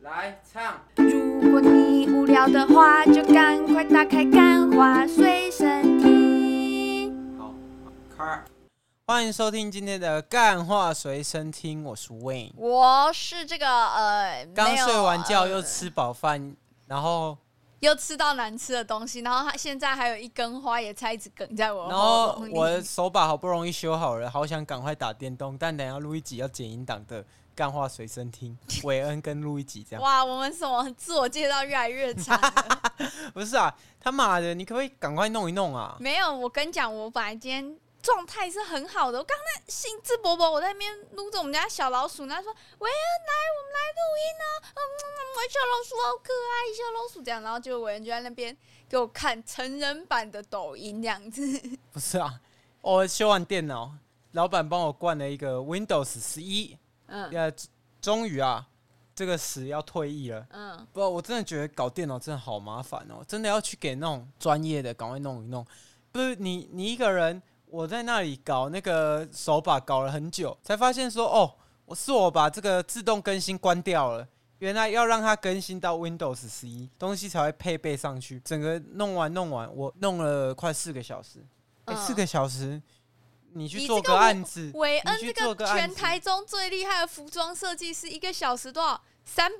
来唱。 如果你无聊的话，就赶快打开干话随身听。 好，开。欢迎收听今天的干话随身听，我是 Wayne， 我是这个刚睡完觉又吃饱饭，然后又吃到难吃的东西，然后他现在还有一根花椰菜一直梗在我然后喉咙里。 我的手把好不容易修好了，好想赶快打电动，但等一下录一集要剪音档的干话随身听，韦恩跟录一集这样。 哇，我们什么自我介绍越来越长了。 不是啊，他妈的，你可不可以赶快弄一弄啊？ 没有，我跟你讲，我本来今天状态是很好的，我刚才兴致勃勃，我在那边撸着我们家小老鼠，他说：“喂，来，我们来录音啊！我小老鼠好可爱，小老鼠这样。”然后就伟人就在那边给我看成人版的抖音这样子。 不是啊，我修完电脑，老板帮我灌了一个 Windows 11，终于啊，这个10要退役了。不，我真的觉得搞电脑真的好麻烦哦，真的要去给那种专业的赶快弄一弄。不是你一个人，我在那里搞那个手把搞了很久，才发现说哦，我把这个自动更新关掉了。原来要让它更新到 Windows 11，东西才会配备上去。整个弄完，我弄了快4个小时。4个小时，你去做个案子， 韦恩这个全台中最厉害的服装设计师，1个小时多少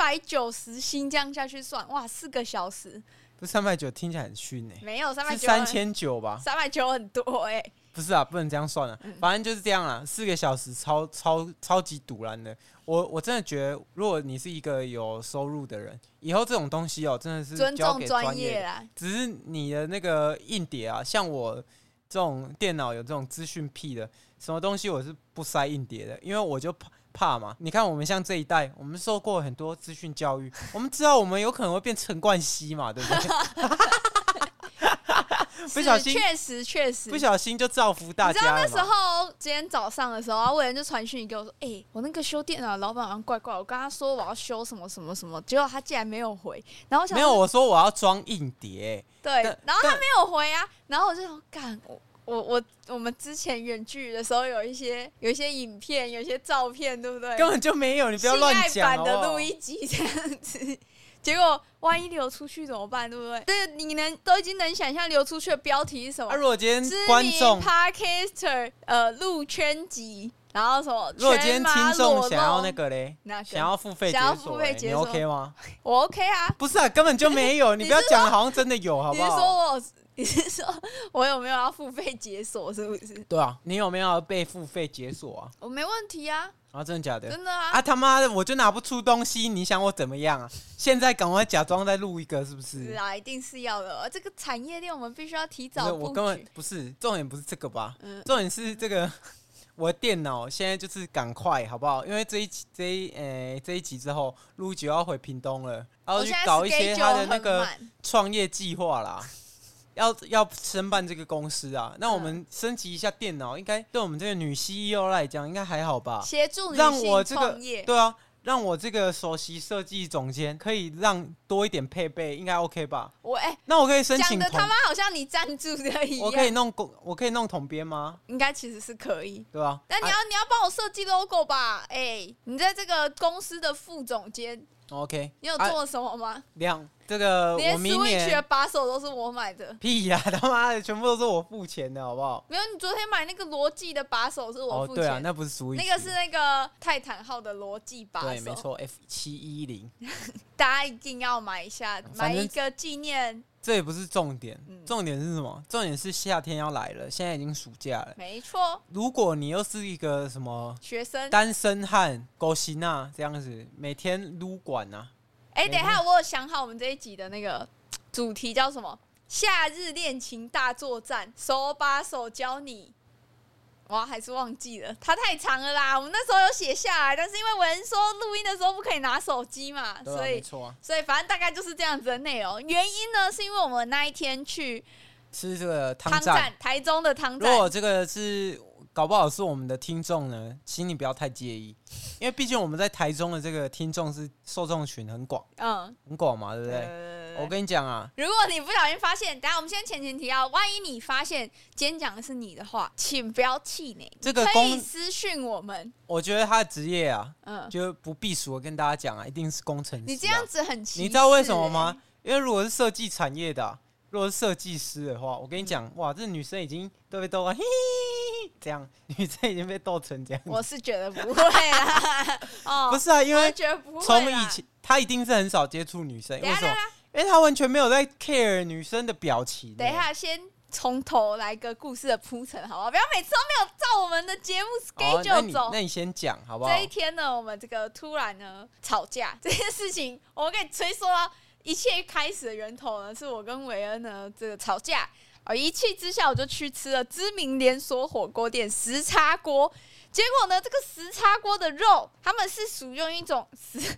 ？390薪这样下去算，哇，4个小时。 不是390，听起来很逊欸。 没有390， 是3900吧 ？390很多欸。 不是啊，不能这样算了，反正就是这样啦。4个小时超级堵然的。我真的觉得，如果你是一个有收入的人，以后这种东西真的是交给专业啦。只是你的那个硬碟啊，像我这种电脑有这种资讯癖的，什么东西我是不塞硬碟的，因为我就怕嘛。你看我们像这一代，我们受过很多资讯教育，我们知道我们有可能会变陈冠希嘛，对不对？不小心， 确实， 不小心就造福大家了。 你知道那时候，今天早上的时候，伟人就传讯给我说：“我那个修电脑的老板好像怪怪，我跟他说我要修什么什么什么，结果他竟然没有回。然后我想没有，我说我要装硬碟， 对，然后他没有回啊，然后我就想，干我们之前远距的时候有一些影片，有一些照片，对不对？ 根本就没有，你不要乱讲。 性爱版的录一集这样子。”结果万一流出去怎么办？对不对？对，你都已经能想象流出去的标题是什么？ 如果今天观众 Podcaster 入圈集，然后什么？ 如果今天听众想要那个嘞，想要付费解锁，你 OK 吗？ 我 OK 啊。 不是啊，根本就没有，你不要讲好像真的有，好不好？ 你是说我有没有要付费解锁？是不是？ 对啊，你有没有要被付费解锁啊？ 我没问题啊。 啊，真的假的？ 真的啊！ 他妈的，我就拿不出东西，你想我怎么样啊？现在赶快假装再录一个，是不是？ 是啊，一定是要的。这个产业链我们必须要提早布局。 我根本不是重点，不是这个吧？重点是这个，我的电脑现在就是赶快，好不好？因为这一集之后，录就要回屏东了，然后去搞一些他的那个创业计划啦。要申办这个公司啊，那我们升级一下电脑，应该对我们这个女 CEO 来讲，应该还好吧？ 协助女性创业， 对啊，让我这个首席设计总监可以让多一点配备，应该 OK 吧？那我可以申请讲的他妈好像你赞助的一样。 我可以弄统编吗？ 应该其实是可以， 对吧？ 那你要帮我设计 logo 吧？你在这个公司的副总监。 OK， 你有做什么吗？ 这个我明年连 Switch 的把手都是我买的。 屁呀，他妈的，全部都是我付钱的，好不好？ 没有，你昨天买那个罗技的把手是我付钱。 对啊，那不是 Switch， 那个是那个泰坦号的罗技把手。 对，没错 ，F710。 大家一定要买一下，买一个纪念。 这也不是重点，重点是什么？重点是夏天要来了，现在已经暑假了。 没错。 如果你又是一个什么学生、 单身汉、狗行啊这样子，每天撸管啊。 等一下，我有想好我们这一集的那个主题叫什么？夏日恋情大作战，手把手教你。哇，还是忘记了，它太长了啦。我们那时候有写下来，但是因为文说录音的时候不可以拿手机嘛，所以反正大概就是这样子的内容。原因呢，是因为我们那一天去吃这个汤站，台中的汤站。 如果这个是搞不好是我们的听众呢，请你不要太介意，因为毕竟我们在台中的这个听众是受众群很广，很广嘛，对不对？ 对。 我跟你讲啊， 如果你不小心发现，等一下我们先前提啊，万一你发现今天讲的是你的话，请不要气馁， 这个可以私讯我们。 我觉得他的职业啊，就不避俗的跟大家讲啊，一定是工程师。 你这样子很歧视， 你知道为什么吗？因为如果是设计产业的，如果是设计师的话，我跟你讲，哇，这女生已经都被逗啊，嘿嘿嘿，这样，女生已经被逗成这样。 我是觉得不会啦， 不是啊，因為从以前他一定是很少接触女生，为什么？因为他完全没有在 care 女生的表情。 等一下，先从头来个故事的铺陈，好不好？不要每次都没有照我们的节目 schedule 走。 那你先讲好不好？ 这一天呢，我们这个突然呢吵架这件事情，我跟你吹说啊，一切开始的源头呢，是我跟韦恩呢这个吵架。一气之下，我就去吃了知名连锁火锅店石叉锅。结果呢，这个石叉锅的肉，他们是使用一种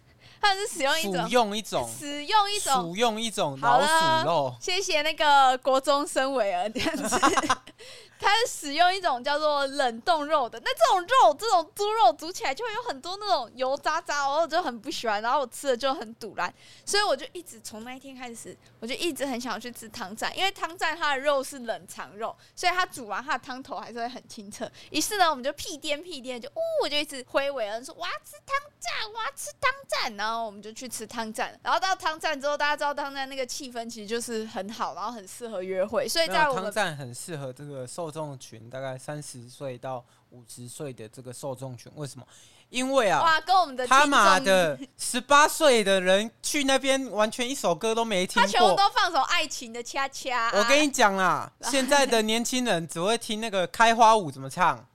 老鼠肉。 谢谢那个国中生韦恩这样子。它是使用一种叫做冷冻肉的，那这种猪肉煮起来就会有很多那种油渣渣，我就很不喜欢，然后我吃了就很堵烂，所以我就一直从那一天开始，我就一直很想要去吃汤站，因为汤站它的肉是冷藏肉，所以它煮完它的汤头还是会很清澈。于是呢，我们就屁颠就我就一直挥韦恩说我要吃汤站，然后我们就去吃汤站，然后到汤站之后，大家知道汤站那个气氛其实就是很好，然后很适合约会，所以在我们汤站很适合这个受众群，大概30岁到50岁的这个受众群。为什么？因为啊， 哇，跟我们的他妈的18岁的人去那边完全一首歌都没听过， 他全部都放首爱情的恰恰。 我跟你讲啦，现在的年轻人只会听那个开花舞怎么唱。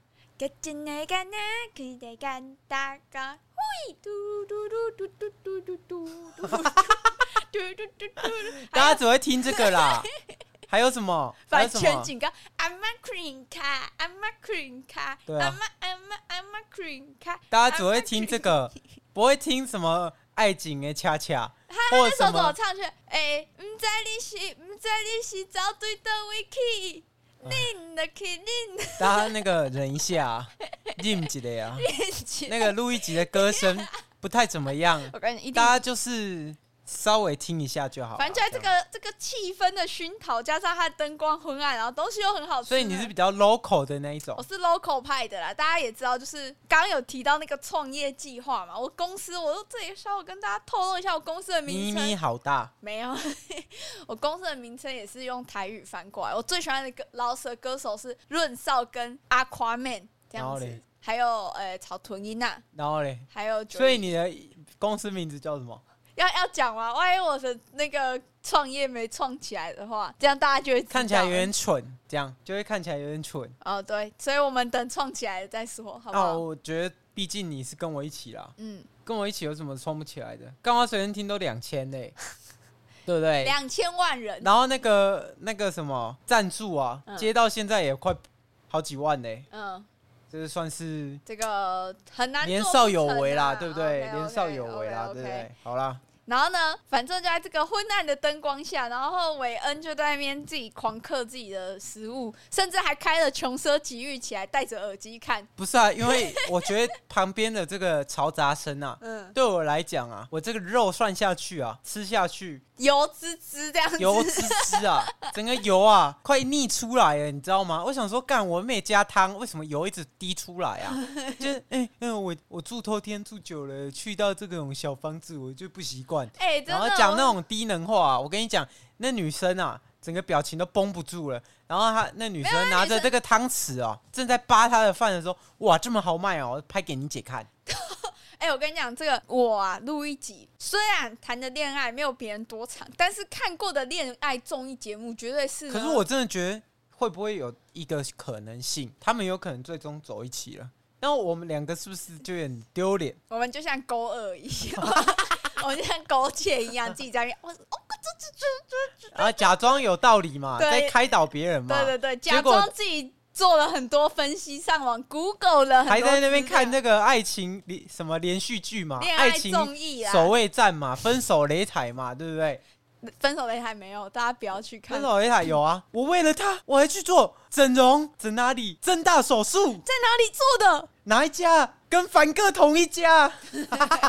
大家只会听这个啦。还有什么？ 反全警告 I'm a cream car, I'm a cream car, 对啊 I'm a cream car。 大家只会听这个，不会听什么爱情的恰恰， 或者什么。他那首怎么唱去？不知你是走对倒位去，恁的去恁。 大家那个忍一下，忍一下啊。那个录一集的歌声不太怎么样，大家就是稍微听一下就好。 反正就在这个气氛的熏陶，加上它的灯光昏暗，然后东西又很好吃， 所以你是比较 local 的那一种。 我是 local 派的啦，大家也知道，就是刚刚有提到那个创业计划嘛。我公司，我这里稍微跟大家透露一下我公司的名称。 咪咪好大， 没有，我公司的名称也是用台语翻过来。我最喜欢的饶舌歌手是润少跟 Aquaman 这样子，还有草屯音娜， 然后嘞， 还有， 所以你的公司名字叫什么？ 要讲吗？万一我的那个创业没创起来的话，这样大家就会知道看起来有点蠢，这样就会看起来有点蠢。 哦，对，所以我们等创起来再说，好不好？ 我觉得毕竟你是跟我一起啦，跟我一起有什么创不起来的？干嘛随便听都2000嘞，对不对 ？2000万人， 然后那个什么赞助啊，接到现在也快好几万嘞，这算是这个很难年少有为啦， 啊、 对不对？年少有为啦，对不对？好啦。 然后呢，反正就在这个昏暗的灯光下，然后韦恩就在那边自己狂嗑自己的食物，甚至还开了穷奢极欲起来，戴着耳机看。 不是啊，因为我觉得旁边的这个嘈杂声啊，对我来讲啊，我这个肉涮下去啊，吃下去油滋滋这样子， 油滋滋啊，整个油啊快溢出来了，你知道吗？我想说，干我没加汤，为什么油一直滴出来啊？就是我住透天住久了，去到这种小房子我就不习惯。然后讲那种低能话啊，我跟你讲，那女生啊，整个表情都绷不住了。然后那女生拿着这个汤匙啊，正在扒她的饭的时候，哇，这么豪迈哦，拍给你姐看。 我跟你讲，这个我啊录一集，虽然谈的恋爱没有别人多长，但是看过的恋爱综艺节目绝对是。 可是我真的觉得，会不会有一个可能性，他们有可能最终走一起了？然后我们两个是不是就有点丢脸？ 我们就像勾二一样。我就像苟且一样，自己在那边， 然后假装有道理嘛，在开导别人嘛， 对，假装自己做了很多分析，上网 Google 了很多， 还在那边看那个爱情什么连续剧嘛， 恋爱综艺啊， 守卫战嘛，分手擂台嘛，对不对？ 分手擂台没有，大家不要去看。 分手擂台有啊，我为了他，我还去做整容，整哪里？增大手术， 在哪里做的？ 哪一家？跟凡哥同一家。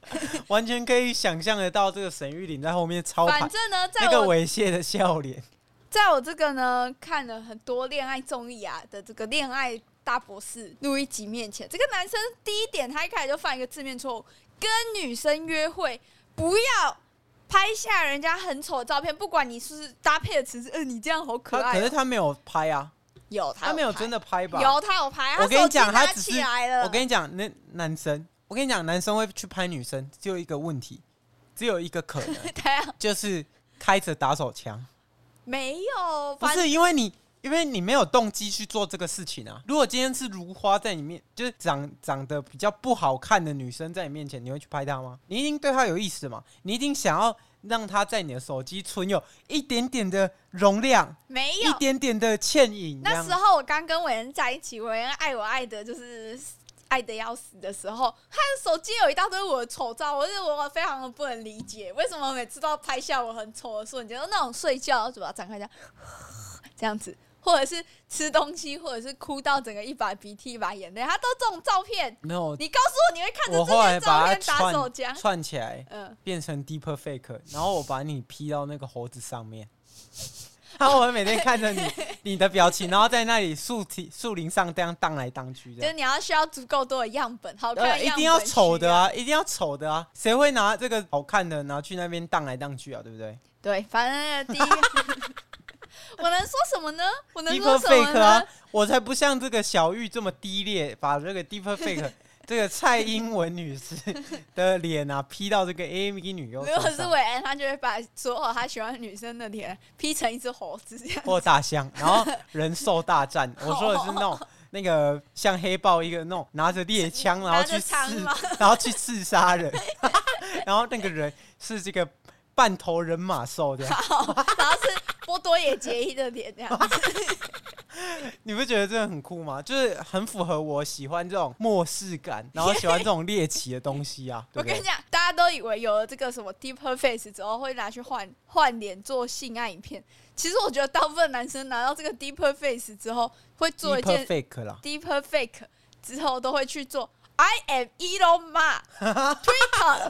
完全可以想象得到这个沈玉琳在后面操盘， 反正呢，在那个猥亵的笑脸。 在我这个呢看了很多恋爱综艺啊的这个恋爱大博士路易吉面前，这个男生第一点他一开始就犯一个致命错误，跟女生约会不要拍下人家很丑的照片，不管你是不是搭配的词是你这样好可爱、 可是他没有拍啊。他没有真的拍吧？ 有，他有拍。 我跟你讲，他只是我跟你讲，那男生，我跟你讲，男生会去拍女生，只有一个问题，只有一个可能，就是开着打手枪。没有，不是因为你没有动机去做这个事情啊。如果今天是如花在你面，就是长得比较不好看的女生在你面前，你会去拍她吗？你一定对她有意思嘛？你一定想要让她在你的手机存有一点点的容量，没有一点点的倩影。 那时候我刚跟伟恩在一起，伟恩爱我爱的就是爱的要死的时候，他的手机有一大堆我的丑照，我非常的不能理解，为什么每次都要拍下我很丑的瞬间，那种睡觉嘴巴张开这样子，或者是吃东西，或者是哭到整个一把鼻涕一把眼泪，他都这种照片。没有，你告诉我你会看着这些照片打手枪， 串起来，变成 Deepfake， 然后我把你 P 到那个猴子上面。然后我每天看着你的表情，然后在那里树林上这样荡来荡去， 就是你需要足够多的样本，好看的样本一定要丑的啊，一定要丑的啊，谁会拿这个好看的拿去那边荡来荡去啊，对不对？ 对，反正第一个我能说什么呢？我能说什么呢？ 啊，我才不像这个小玉这么低劣，把这个 Deepfake 这个蔡英文女士的脸啊 P 到这个 AMV 女优身上。 如果是伟安，他就会把所有他喜欢的女生的脸 P 成一只猴子这样或大象，然后人兽大战。我说的是那个像黑豹一个那种拿着猎枪，然后去刺杀人，然后那个人是这个半头人马兽这样， 然后是波多野结衣的脸这样子。 你不觉得这个很酷吗？就是很符合我喜欢这种末世感，然后喜欢这种猎奇的东西啊。对不对？ 我跟你讲，大家都以为有了这个什么 Deepfake 之后会拿去换脸做性爱影片，其实我觉得大部分男生拿到这个 Deepfake 之后会做一件 Deepfake 之后都会去做 I am Elon Musk Twitter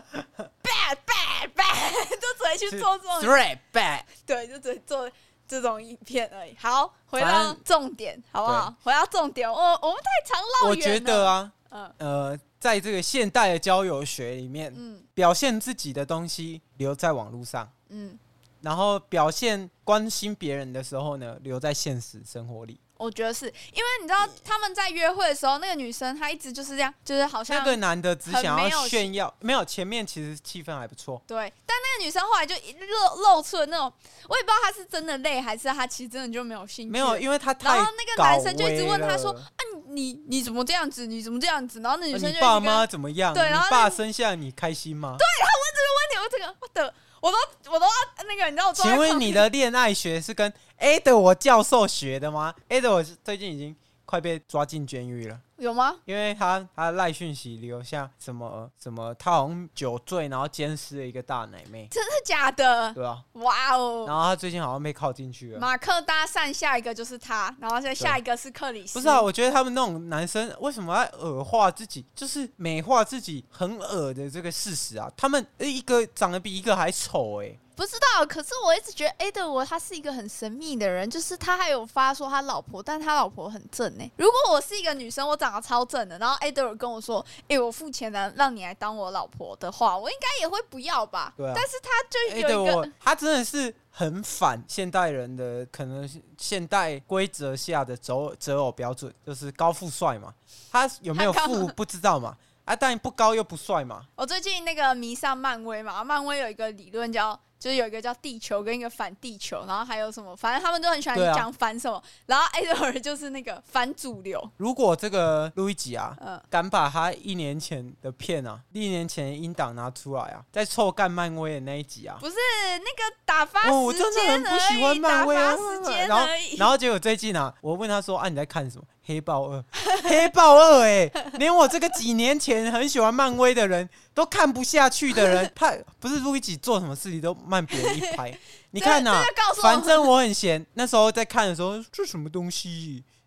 bad 就只会去做这种 threat bad， 对，就只会做这种影片而已。好，回到重点好不好？回到重点，我们太常绕远了。 我觉得啊，在这个现代的交友学里面，表现自己的东西留在网络上，然后表现关心别人的时候呢，留在现实生活里。 我觉得是因为你知道他们在约会的时候，那个女生她一直就是这样，就是好像那个男的只想要炫耀，没有前面其实气氛还不错， 对，但那个女生后来就露出了那种，我也不知道她是真的累还是她其实真的就没有兴趣， 没有，因为她太然后那个男生就一直问她说啊你怎么这样子，你怎么这样子，然后那女生就你爸妈怎么样？ 对，然后你爸生下你开心吗？ 对，她问这个问题，我都那个，你知道我请问你的恋爱学是跟 Edward 教授学的吗？ Edward 最近已经快被抓进监狱了。 有吗？ 因为他赖讯息留下什么，他好像酒醉，然后奸尸了一个大奶妹。 真的假的？ 对啊。 哇哦！ 然后他最近好像被铐进去了。 马克搭讪下一个就是他，然后下一个是克里斯。 不是啊，我觉得他们那种男生为什么要恶化自己，就是美化自己很恶的这个事实啊？他们一个长得比一个还丑不知道，可是我一直觉得 Edward 他是一个很神秘的人，就是他还有发说他老婆，但他老婆很正如果我是一个女生，我长得超正的，然后 Edward 跟我说，我付钱让你来当我老婆的话，我应该也会不要吧？对啊。但是他就有一个， 他真的是很反现代人的，可能现代规则下的择偶标准，就是高富帅嘛。他有没有富不知道嘛？但不高又不帅嘛。 我最近那个迷上漫威嘛，漫威有一个理论就是有一个叫地球跟一个反地球，然后还有什么，反正他们都很喜欢讲反什么，然后 Edward 就是那个反主流。 如果这个路易吉啊，敢把他1年前的片啊，1年前的音档拿出来啊，在臭干漫威的那一集啊， 不是那个打发时间我真的很不喜欢漫威打发时间而已。 然后结果最近啊，我问他说你在看什么？黑豹2，黑豹2连我这个几年前很喜欢漫威的人都看不下去的人，他不是路易吉做什么事情都慢别人一拍。你看反正我很闲，那时候在看的时候，这什么东西？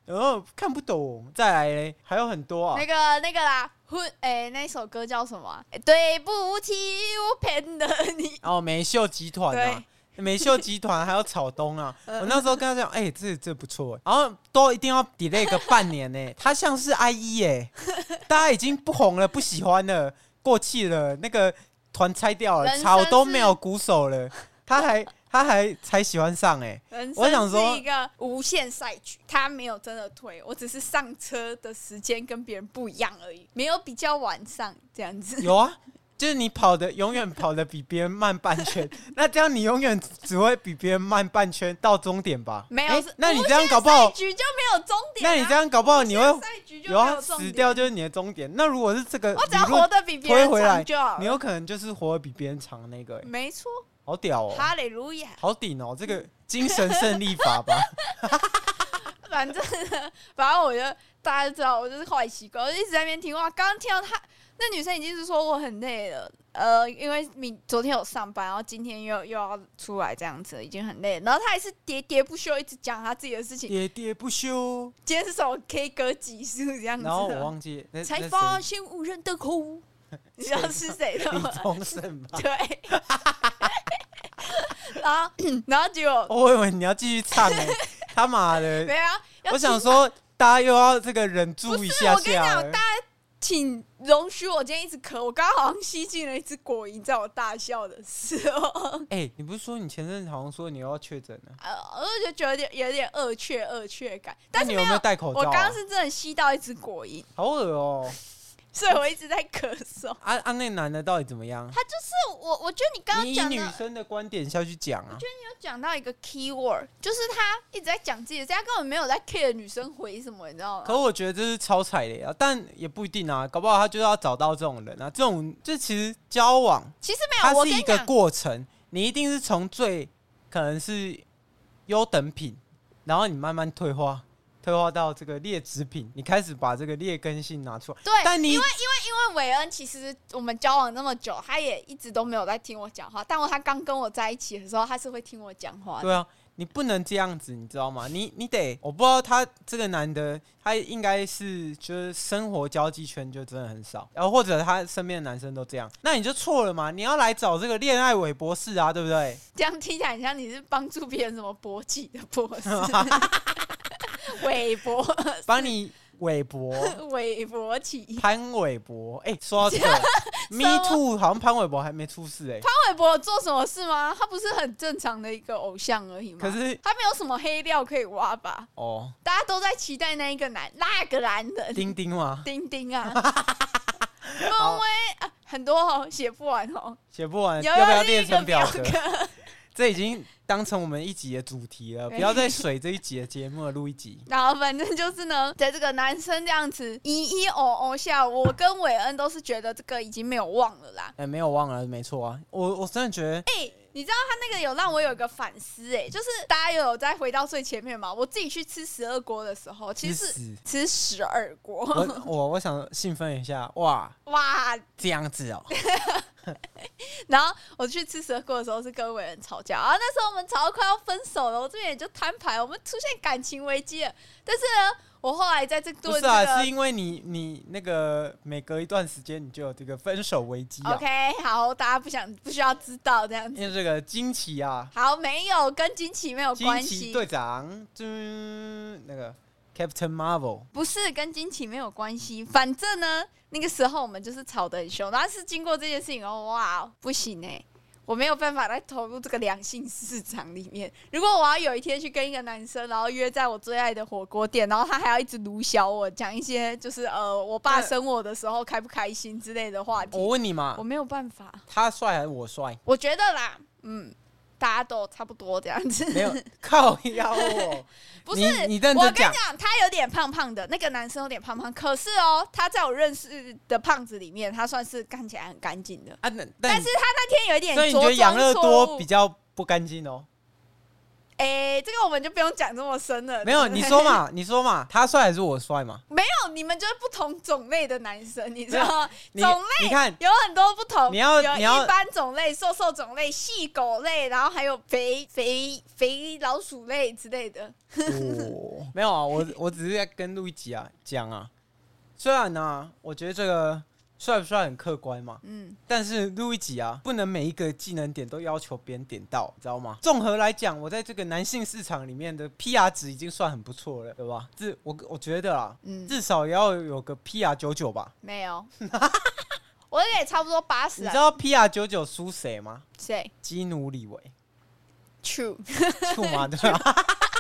看不懂。再来嘞，还有很多啊。 那个啦，那首歌叫什么啊？对不起，我骗了你。 美秀集团啊。美秀集团还有草东啊，我那时候跟他讲，这不错，然后都一定要 delay 个半年呢。他像是 IE 大家已经不红了，不喜欢了，过气了，那个团拆掉了，草东没有鼓手了，他还才喜欢上我想说是一个无限赛局，他没有真的推，我只是上车的时间跟别人不一样而已，没有比较晚上这样子。 有啊。就是你永远跑得比别人慢半圈，那这样你永远只会比别人慢半圈到终点吧？ 没有， 那你这样搞不好赛局就没有终点。 那你这样搞不好你会有死掉，就是你的终点。那如果是这个， 我只要活得比别人长就好了， 你有可能就是活得比别人长的那个。 没错， 好屌哦！ 哈利路亚， 好顶哦！这个精神胜利法吧。 反正我觉得大家都知道，我就是坏习惯，我就一直在那边听。哇，刚刚听到那女生已经是说我很累了，因为昨天有上班，然后今天又要出来这样子，已经很累了。然后她还是喋喋不休，一直讲她自己的事情， 喋喋不休。 今天是什么 K 歌集是这样子的？ 然后我忘记， 才发现无人的口，你知道是谁的吗？ 李宗盛吧？ 对。然后结果， 我以为你要继续唱他妈的！ 没啊， 我想说大家又要这个忍住一下下。 我跟你讲，大家请容许我今天一直咳，我刚刚好像吸进了一只果蝇，在我大笑的时候。 你不是说你前阵子好像说你又要确诊了？ 我就觉得有点恶确感，但是你有没有戴口罩？ 我刚刚是真的吸到一只果蝇， 好恶哦！ 所以我一直在咳嗽。 那男的到底怎么样？ 他就是我觉得你刚刚讲的， 你以女生的观点下去讲啊。 我觉得你有讲到一个 key word， 就是他一直在讲自己的事，他根本没有在 care 女生回什么，你知道吗？ 可我觉得这是超踩雷啊，但也不一定啊，搞不好他就是要找到这种人啊。这种就其实交往， 其实没有， 它是一个过程，你一定是从最可能是优等品，然后你慢慢退化到这个劣质品，你开始把这个劣根性拿出来。 对， 但你因为韦恩其实我们交往那么久，他也一直都没有在听我讲话，但他刚跟我在一起的时候，他是会听我讲话的。 对啊，你不能这样子，你知道吗？你得，我不知道他这个男的，他应该是就是生活交际圈就真的很少，然后或者他身边的男生都这样，那你就错了嘛！你要来找这个恋爱韦博士啊，对不对？ 这样听起来很像你是帮助别人什么勃起的博士。韦博帮你韦博起潘玮柏，说到这个Me Too 好像潘玮柏还没出事潘玮柏有做什么事吗？他不是很正常的一个偶像而已吗？ 可是他没有什么黑料可以挖吧？大家都在期待那个男人丁丁吗？ 丁啊，孟威很多写不完写不完，要不要列成表格？这已经当成我们一集的主题了，不要再水这一集的节目了，录一集。 然后反正就是呢，在这个男生这样子咿下，我跟韦恩都是觉得这个已经没有忘了啦。 没有忘了，没错啊。我真的觉得， 你知道他那个有让我有一个反思，就是大家有再回到最前面嘛？我自己去吃12锅的时候，其实是吃12锅。 我想兴奋一下，哇，这样子哦。 然后我去吃12锅的时候是跟韦恩吵架，然后那时候我们吵到快要分手了，我这边也就摊牌，我们出现感情危机了。但是呢，我后来在这顿不是啊，是因为你那个每隔一段时间你就有这个分手危机啊。 OK， 好，大家不需要知道这样子。 因为这个惊奇啊， 好，没有跟惊奇没有关系。 惊奇队长，那个 Captain Marvel 不是跟惊奇没有关系，反正呢。那个时候我们就是吵得很凶，然后是经过这件事情哇，不行我没有办法再投入这个两性市场里面。如果我要有一天去跟一个男生，然后约在我最爱的火锅店，然后他还要一直鲁小我，讲一些就是我爸生我的时候开不开心之类的话题， 我问你嘛， 我没有办法。 他帅还是我帅？ 我觉得啦，大家都差不多这样子， 没有靠腰哦。 不是你认真讲， 我跟你讲，他有点胖胖的，那个男生有点胖胖，可是他在我认识的胖子里面，他算是看起来很干净的。但是他那天有一点着装错误。 所以你觉得养乐多比较不干净哦？ 这个我们就不用讲这么深了。 没有，你说嘛，他帅还是我帅嘛？ 没有，你们就是不同种类的男生，你知道吗？种类你看有很多不同， 你要一般种类、瘦种类、细狗类，然后还有肥老鼠类之类的。 没有啊，我只是在跟路易吉讲啊，虽然呢，我觉得这个。帅不帅很客观嘛，但是路易吉不能每一个技能点都要求别人点到，你知道吗？综合来讲，我在这个男性市场里面的 PR 值已经算很不错了，对吧？我觉得啦，至少也要有个 PR99 吧。 没有，我也差不多80。 你知道 PR99 输谁吗？ 谁？ 基努里维。 True 嘛，对吧？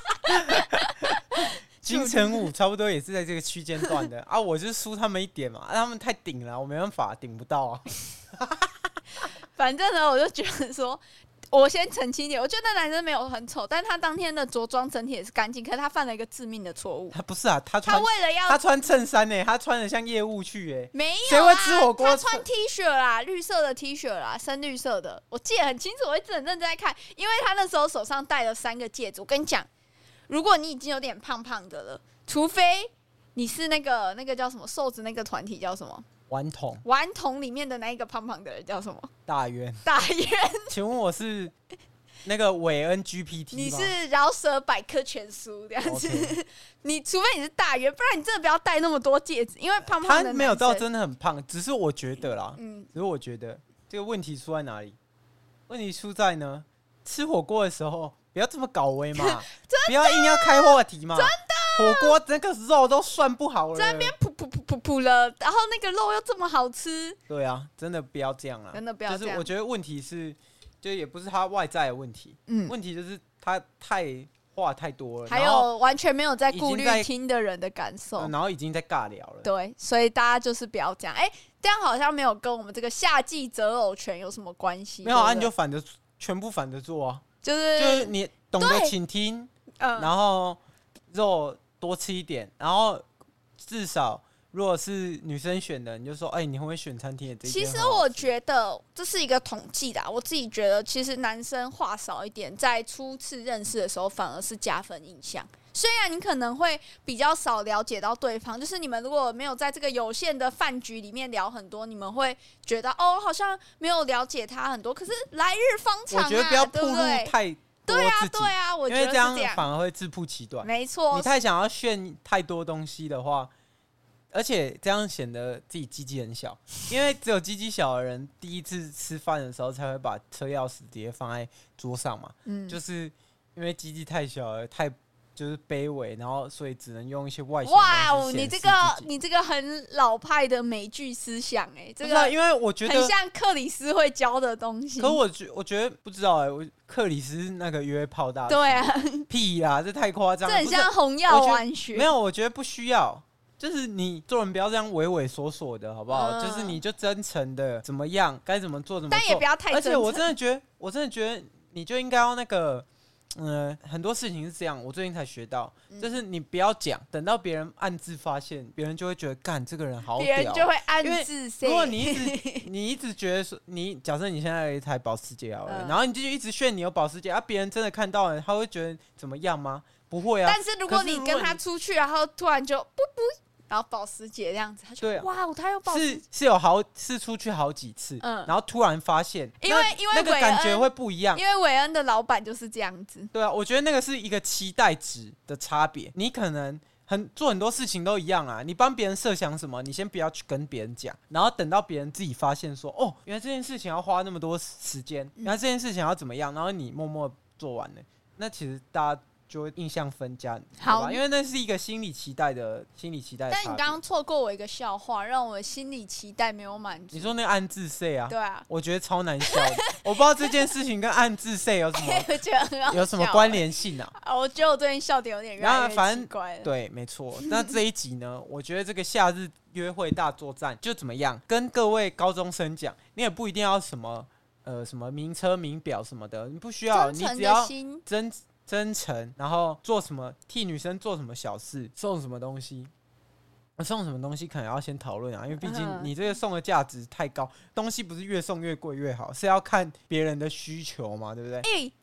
金城武差不多也是在这个区间段的我就是输他们一点嘛，他们太顶了，我没办法顶不到啊。 反正呢，我就觉得说，我先澄清一点，我觉得那男生没有很丑，但他当天的着装整体也是干净，可是他犯了一个致命的错误。 他不是他为了要他穿衬衫他穿的像业务去没有谁会吃火锅？ 他穿 T 恤啦，绿色的 T 恤啦，深绿色的，我记得很清楚，我一直很认真在看，因为他那时候手上戴了3个戒指。我跟你讲，如果你已经有点胖胖的了，除非你是那个叫什么瘦子那个团体叫什么？顽童里面的那一个胖胖的人叫什么？ 大渊。请问我是那个韦恩 GPT 吗？ 你是饶舌百科全书这样子。Okay. 你除非你是大渊，不然你真的不要戴那么多戒指，因为胖胖的他没有到真的很胖，只是我觉得啦，只是我觉得这个问题出在哪里？问题出在呢，吃火锅的时候不要这么搞威嘛，不要硬要开话题嘛，真的。火锅那个肉都涮不好了， 在那边噗了，然后那个肉又这么好吃。 对啊，真的不要这样啦， 真的不要这样。 就是我觉得问题是，就也不是他外在的问题，问题就是他话太多了， 还有完全没有在顾虑听的人的感受， 然后已经在尬聊了。 对，所以大家就是不要这样。这样好像没有跟我们这个夏季择偶权有什么关系？ 没有啊，你就全部反着做啊，就是你懂得倾听，然后肉多吃一点，然后至少如果是女生选的，你就说，你会不会选餐厅的这一间？ 其实我觉得这是一个统计啦，我自己觉得，其实男生话少一点，在初次认识的时候反而是加分印象。虽然你可能会比较少了解到对方，就是你们如果没有在这个有限的饭局里面聊很多，你们会觉得好像没有了解他很多。可是来日方长我觉得不要暴露太。 对啊，我觉得是因为这样反而会自曝其短。 没错， 你太想要炫太多东西的话，而且这样显得自己鸡鸡很小。因为只有鸡鸡小的人，第一次吃饭的时候才会把车钥匙直接放在桌上嘛。就是因为鸡鸡太小了，太就是卑微，然后所以只能用一些外显。哇， 你这个很老派的美剧思想这个因为我觉得很像克里斯会教的东西。 可我觉得不知道克里斯那个约炮大师， 对啊， 屁啦，这太夸张， 这很像红药丸学。 没有，我觉得不需要，就是你做人不要这样畏畏缩缩的，好不好？就是你就真诚的怎么样，该怎么做怎么做， 但也不要太真诚。 而且我真的觉得你就应该要那个。很多事情是这样，我最近才学到，就是你不要讲，等到别人暗自发现，别人就会觉得干这个人好屌， 别人就会暗自 say。 如果你一直觉得说，假设你现在有一台保时捷好了，然后你就一直炫你有保时捷，别人真的看到了，他会觉得怎么样吗？不会啊。 但是如果你跟他出去，然后突然就不，然后保时捷这样子，他就哇，他有保时捷， 是出去好几次， 然后突然发现， 因为那个感觉会不一样， 因为韦恩的老板就是这样子。 对啊，我觉得那个是一个期待值的差别。你可能做很多事情都一样啊，你帮别人设想什么，你先不要去跟别人讲，然后等到别人自己发现说，原来这件事情要花那么多时间，原来这件事情要怎么样，然后你默默做完了，那其实大家就会印象分家，好吧？因为那是一个心理期待的但你刚刚错过我一个笑话，让我心理期待没有满足。 你说那个暗自 say 啊？ 对啊， 我觉得超难笑的。我不知道这件事情跟暗自 say 有什么有什么关联性啊？ 我觉得我最近笑点有点越来越奇怪了。 对，没错。那这一集呢，我觉得这个夏日约会大作战就怎么样？跟各位高中生讲，你也不一定要什么名车名表什么的，你不需要，你只要真诚，然后做什么替女生做什么小事，送什么东西可能要先讨论啊，因为毕竟你这个送的价值太高，东西不是越送越贵越好，是要看别人的需求嘛，对不对？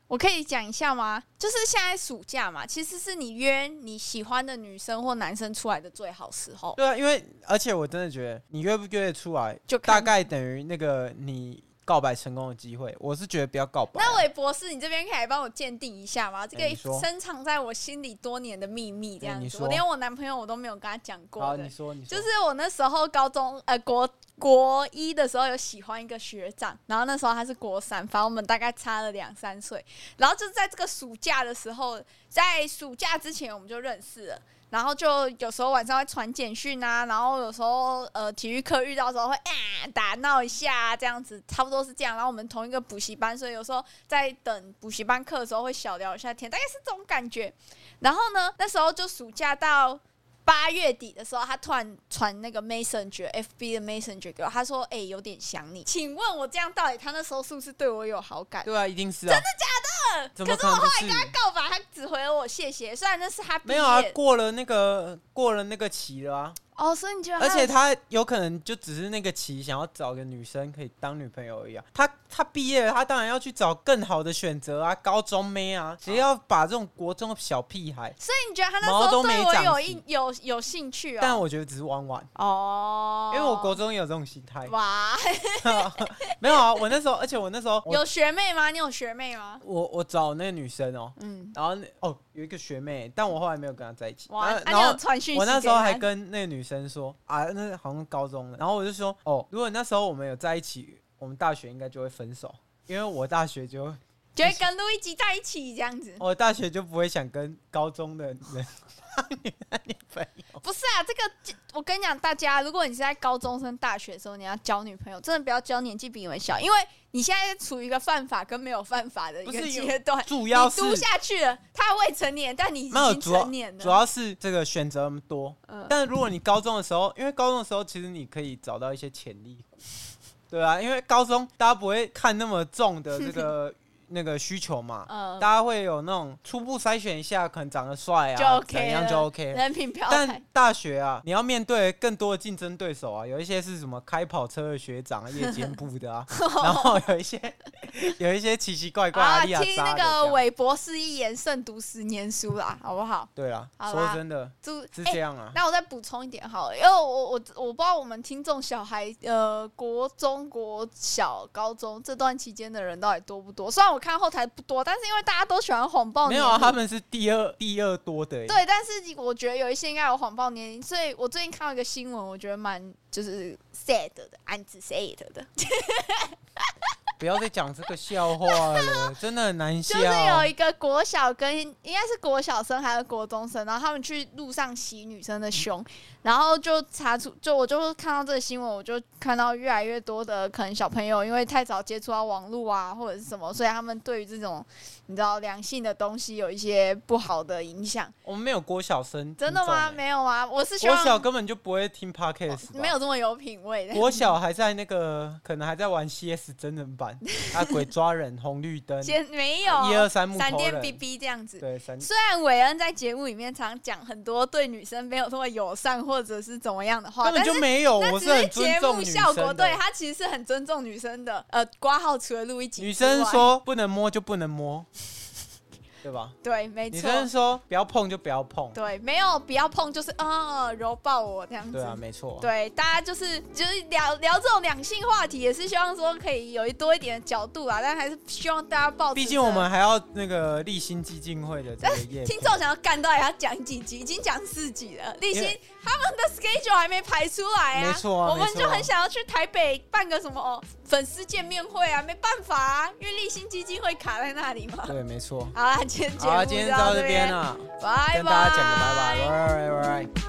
我可以讲一下吗？就是现在暑假嘛，其实是你约你喜欢的女生或男生出来的最好时候。 对啊，因为而且我真的觉得你约不约得出来，就大概等于那个你告白成功的机会。我是觉得不要告白。 那韦博士，你这边可以来帮我鉴定一下吗？这个深藏在我心里多年的秘密，这样子，我连我男朋友我都没有跟他讲过的。 好，你说。 就是我那时候高中国一的时候有喜欢一个学长，然后那时候他是国3，反正我们大概差了2-3岁，然后就在这个暑假的时候，在暑假之前我们就认识了。然后就有时候晚上会传简讯啊，然后有时候体育课遇到的时候会打闹一下这样子，差不多是这样。然后我们同一个补习班，所以有时候在等补习班课的时候会小聊一下天，大概是这种感觉。然后呢，那时候就暑假到8月底的时候，他突然传那个 Messenger FB 的 Messenger 给我，他说有点想你。请问我这样到底他那时候是不是对我有好感？ 对啊，一定是啊。 真的假的？可是我后来跟他告白，他只回了我谢谢，虽然那是他毕业没有啊，过了那个期了啊。 哦，所以你觉得？ 而且他有可能就只是那个期想要找个女生可以当女朋友而已啊。他毕业了，他当然要去找更好的选择啊，高中妹啊，谁要把这种国中的小屁孩？ 所以你觉得他那时候对我有兴趣啊？ 但我觉得只是玩玩哦， 因为我国中也有这种心态。 哇， 没有啊，我那时候有学妹吗？你有学妹吗？ 我找那个女生哦，然后有一个学妹，但我后来没有跟她在一起。 哇，然后我那时候还跟那个女生说啊，那好像高中的，然后我就说如果那时候我们有在一起，我们大学应该就会分手，因为我大学就会跟路易吉在一起这样子。 我大学就不会想跟高中的人当女朋友。 不是啊，这个我跟你讲，大家如果你是在高中升大学的时候，你要交女朋友，真的不要交年纪比你们小，因为你现在处于一个犯法跟没有犯法的一个阶段。 主要是你读下去了，他未成年，但你已经成年了。 主要是这个选择那么多，但如果你高中的时候，因为高中的时候其实你可以找到一些潜力股，对啊，因为高中大家不会看那么重的这个那个需求嘛，大家会有那种初步筛选一下，可能长得帅啊， 就 OK 怎样就 OK， 人品漂亮。 但大学啊，你要面对更多的竞争对手啊，有一些是什么开跑车的学长、夜间部的啊，然后有一些奇奇怪怪阿里亚扎的。 听那个韦博士一言，胜读10年书啦，好不好？ 对啦，说真的，是这样啊。 那我再补充一点好了，因为我不知道我们听众小孩国中、国小、高中这段期间的人到底多不多？虽然我看后台不多，但是因为大家都喜欢谎报年龄， 没有啊，他们是第二多的。 对，但是我觉得有一些应该有谎报年龄，所以我最近看到一个新闻，我觉得蛮就是 sad 的，暗自 sad 的。 不要再讲这个笑话了，真的很难笑。 就是有一个国小跟应该是国小生还是国中生，然后他们去路上洗女生的胸，然后就查出，我就看到这个新闻，我就看到越来越多的可能小朋友因为太早接触到网络啊或者是什么，所以他们对于这种你知道两性的东西有一些不好的影响。 我们没有国小生， 真的吗？没有啊，我是希望国小根本就不会听 podcast， 没有这么有品味的。 国小还在那个可能还在玩 CS 真人版。鬼抓人、红绿灯， 没有 1、2、3木头人、 闪电 BB 这样子。 对， 虽然韦恩在节目里面常讲很多对女生没有那么友善或者是怎么样的话， 根本就没有。我是很尊重女生的。那只是节目效果， 对他其实是很尊重女生的。挂号除了录一集， 女生说不能摸就不能摸。对吧？ 对，没错。 女生说不要碰就不要碰。 对，没有不要碰，就是揉抱我这样子。 对啊，没错。 对，大家就是聊这种两性话题，也是希望说可以有多一点的角度啦，但还是希望大家抱。 毕竟我们还要那个立新基金会的这个业。 听众想要干到也要讲几集，已经讲4集了。立新他们的 schedule 还没排出来啊。 没错啊。 我们就很想要去台北办个什么粉丝见面会啊，没办法啊，因为立新基金会卡在那里嘛。 对，没错。 好啦，今天节目今天到这边了， 拜拜， 跟大家讲个拜拜，拜拜。